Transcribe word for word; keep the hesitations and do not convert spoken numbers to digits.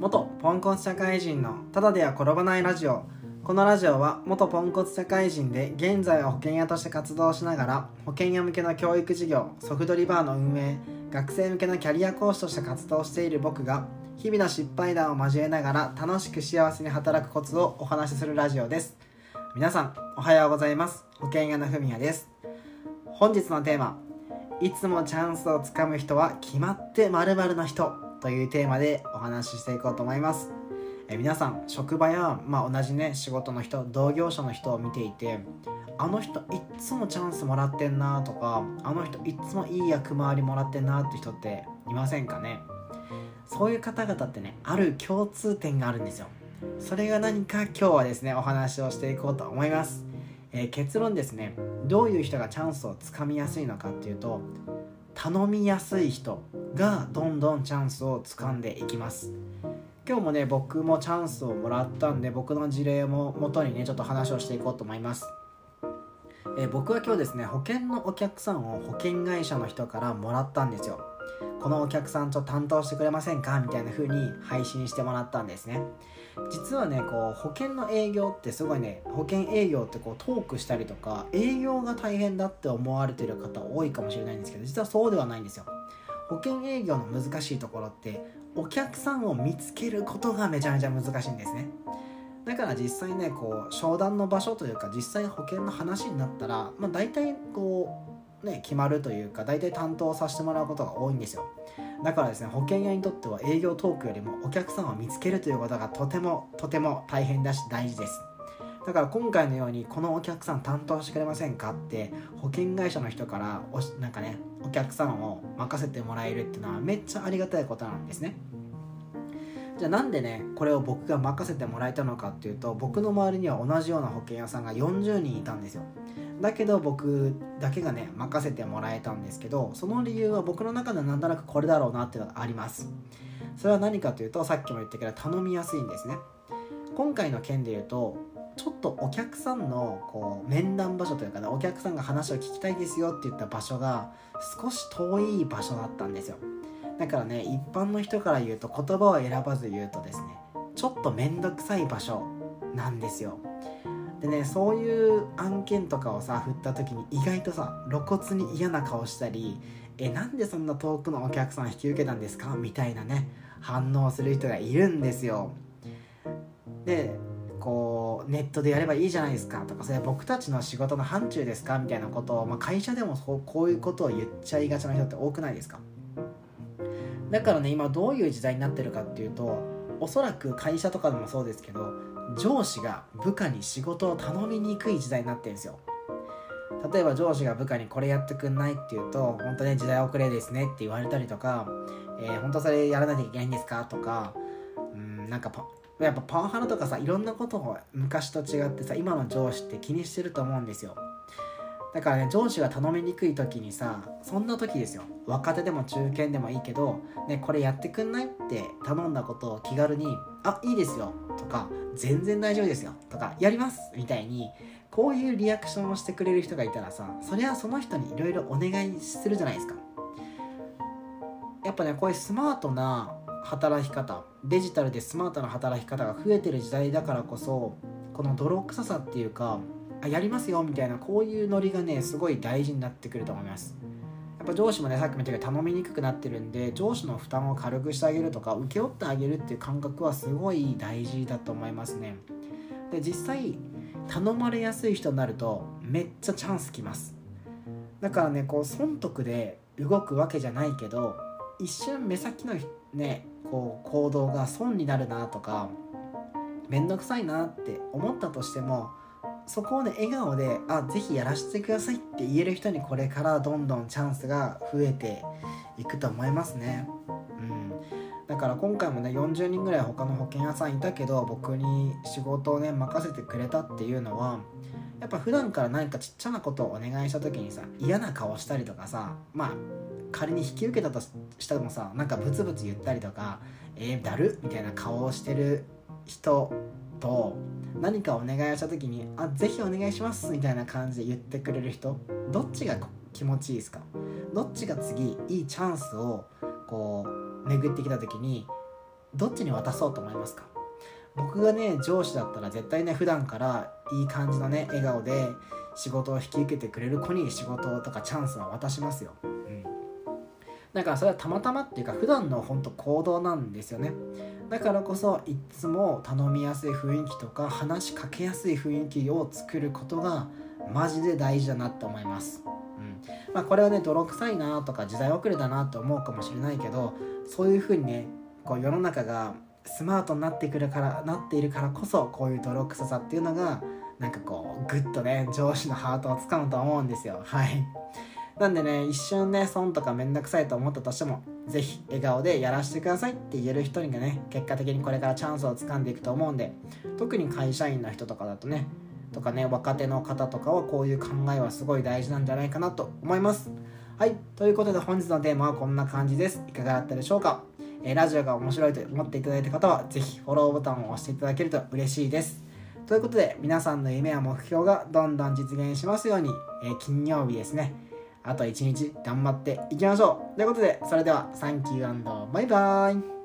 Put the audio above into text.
元ポンコツ社会人のただでは転ばないラジオ。このラジオは元ポンコツ社会人で現在は保険屋として活動しながら保険屋向けの教育事業ソフトリバーの運営、学生向けのキャリア講師として活動している僕が日々の失敗談を交えながら楽しく幸せに働くコツをお話しするラジオです。皆さんおはようございます。保険屋のふみやです。本日のテーマ、いつもチャンスをつかむ人は決まって〇〇の人というテーマでお話ししていこうと思います。え皆さん職場や、まあ、同じね仕事の人、同業者の人を見ていて、あの人いっつもチャンスもらってんなとか、あの人いっつもいい役回りもらってんなって人っていませんかね。そういう方々ってね、ある共通点があるんですよ。それが何か今日はですねお話をしていこうと思います。えー、結論ですね、どういう人がチャンスをつかみやすいのかっていうと、頼みやすい人がどんどんチャンスをつかんでいきます。今日もね僕もチャンスをもらったんで、僕の事例も元にねちょっと話をしていこうと思います。えー、僕は今日ですね保険のお客さんを保険会社の人からもらったんですよ。このお客さんちょっと担当してくれませんかみたいな風に配信してもらったんですね。実はねこう保険の営業ってすごいね、保険営業ってこうトークしたりとか営業が大変だって思われてる方多いかもしれないんですけど、実はそうではないんですよ。保険営業の難しいところってお客さんを見つけることがめちゃめちゃ難しいんですね。だから実際ねこう商談の場所というか実際保険の話になったら、まあ、大体こうね決まるというか大体担当させてもらうことが多いんですよ。だからですね保険屋にとっては営業トークよりもお客さんを見つけるということがとてもとても大変だし大事です。だから今回のようにこのお客さん担当してくれませんかって保険会社の人からおしなんかねお客さんを任せてもらえるっていうのはめっちゃありがたいことなんですね。じゃあなんでねこれを僕が任せてもらえたのかっていうと、僕の周りには同じような保険屋さんがよんじゅうにんいたんですよ。だけど僕だけがね任せてもらえたんですけど、その理由は僕の中ではなんとなくこれだろうなっていうのがあります。それは何かというと、さっきも言ったけど頼みやすいんですね。今回の件で言うと、ちょっとお客さんのこう面談場所というかね、お客さんが話を聞きたいですよって言った場所が少し遠い場所だったんですよ。だからね一般の人から言うと、言葉を選ばず言うとですね、ちょっとめんどくさい場所なんですよ。でね、そういう案件とかをさ振った時に意外とさ露骨に嫌な顔したり、えなんでそんな遠くのお客さん引き受けたんですかみたいなね反応する人がいるんですよ。でこうネットでやればいいじゃないですかとか、それは僕たちの仕事の範疇ですかみたいなことを、まあ、会社でもそうこういうことを言っちゃいがちな人って多くないですか。だからね今どういう時代になってるかっていうと、おそらく会社とかでもそうですけど、上司が部下に仕事を頼みにくい時代になってるんですよ。例えば上司が部下にこれやってくんないっていうと、本当ね時代遅れですねって言われたりとか、えー、本当それやらなきゃいけないんですかとか、うーんなんかパやっぱパワハラとかさ、いろんなことを昔と違ってさ今の上司って気にしてると思うんですよ。だからね上司が頼みにくい時にさ、そんな時ですよ、若手でも中堅でもいいけど、ね、これやってくんないって頼んだことを気軽にあいいですよとか全然大丈夫ですよとかやりますみたいにこういうリアクションをしてくれる人がいたらさ、それはその人にいろいろお願いするじゃないですか。やっぱねこういうスマートな働き方、デジタルでスマートな働き方が増えてる時代だからこそ、この泥臭さっていうかあやりますよみたいなこういうノリがねすごい大事になってくると思います。やっぱ上司もねさっきも言ったけど頼みにくくなってるんで、上司の負担を軽くしてあげるとか請け負ってあげるっていう感覚はすごい大事だと思いますね。で実際頼まれやすい人になるとめっちゃチャンスきます。だからねこう損得で動くわけじゃないけど、一瞬目先のねこう行動が損になるなとかめんどくさいなって思ったとしても、そこをね笑顔であぜひやらせてくださいって言える人にこれからどんどんチャンスが増えていくと思いますね。うん、だから今回もねよんじゅうにんぐらい他の保険屋さんいたけど、僕に仕事をね任せてくれたっていうのは、やっぱ普段から何かちっちゃなことをお願いした時にさ嫌な顔したりとかさ、まあ仮に引き受けたとしてもさなんかブツブツ言ったりとかえー、だるみたいな顔をしてる人と、何かお願いをした時にあぜひお願いしますみたいな感じで言ってくれる人、どっちが気持ちいいですか。どっちが次いいチャンスをこう巡ってきた時にどっちに渡そうと思いますか？僕がね上司だったら絶対ね普段からいい感じのね笑顔で仕事を引き受けてくれる子に仕事とかチャンスは渡しますよ、うん、だからそれはたまたまっていうか普段の本当行動なんですよね。だからこそいつも頼みやすい雰囲気とか話しかけやすい雰囲気を作ることがマジで大事だなって思います、うんまあ、これはね泥臭いなとか時代遅れだなと思うかもしれないけど、そういう風にねこう世の中がスマートになってくるからなっているからこそ、こういう泥臭さっていうのがなんかこうグッとね上司のハートをつかむと思うんですよ。はいなんでね、一瞬ね損とかめんどくさいと思ったとしてもぜひ笑顔でやらせてくださいって言える人にがね結果的にこれからチャンスをつかんでいくと思うんで、特に会社員の人とかだとねとかね若手の方とかはこういう考えはすごい大事なんじゃないかなと思います。はいということで本日のテーマはこんな感じです。いかがだったでしょうか。えー、ラジオが面白いと思っていただいた方はぜひフォローボタンを押していただけると嬉しいです。ということで皆さんの夢や目標がどんどん実現しますように、えー、金曜日ですね、あと一日頑張っていきましょうということで、それではサンキュー&バイバイ。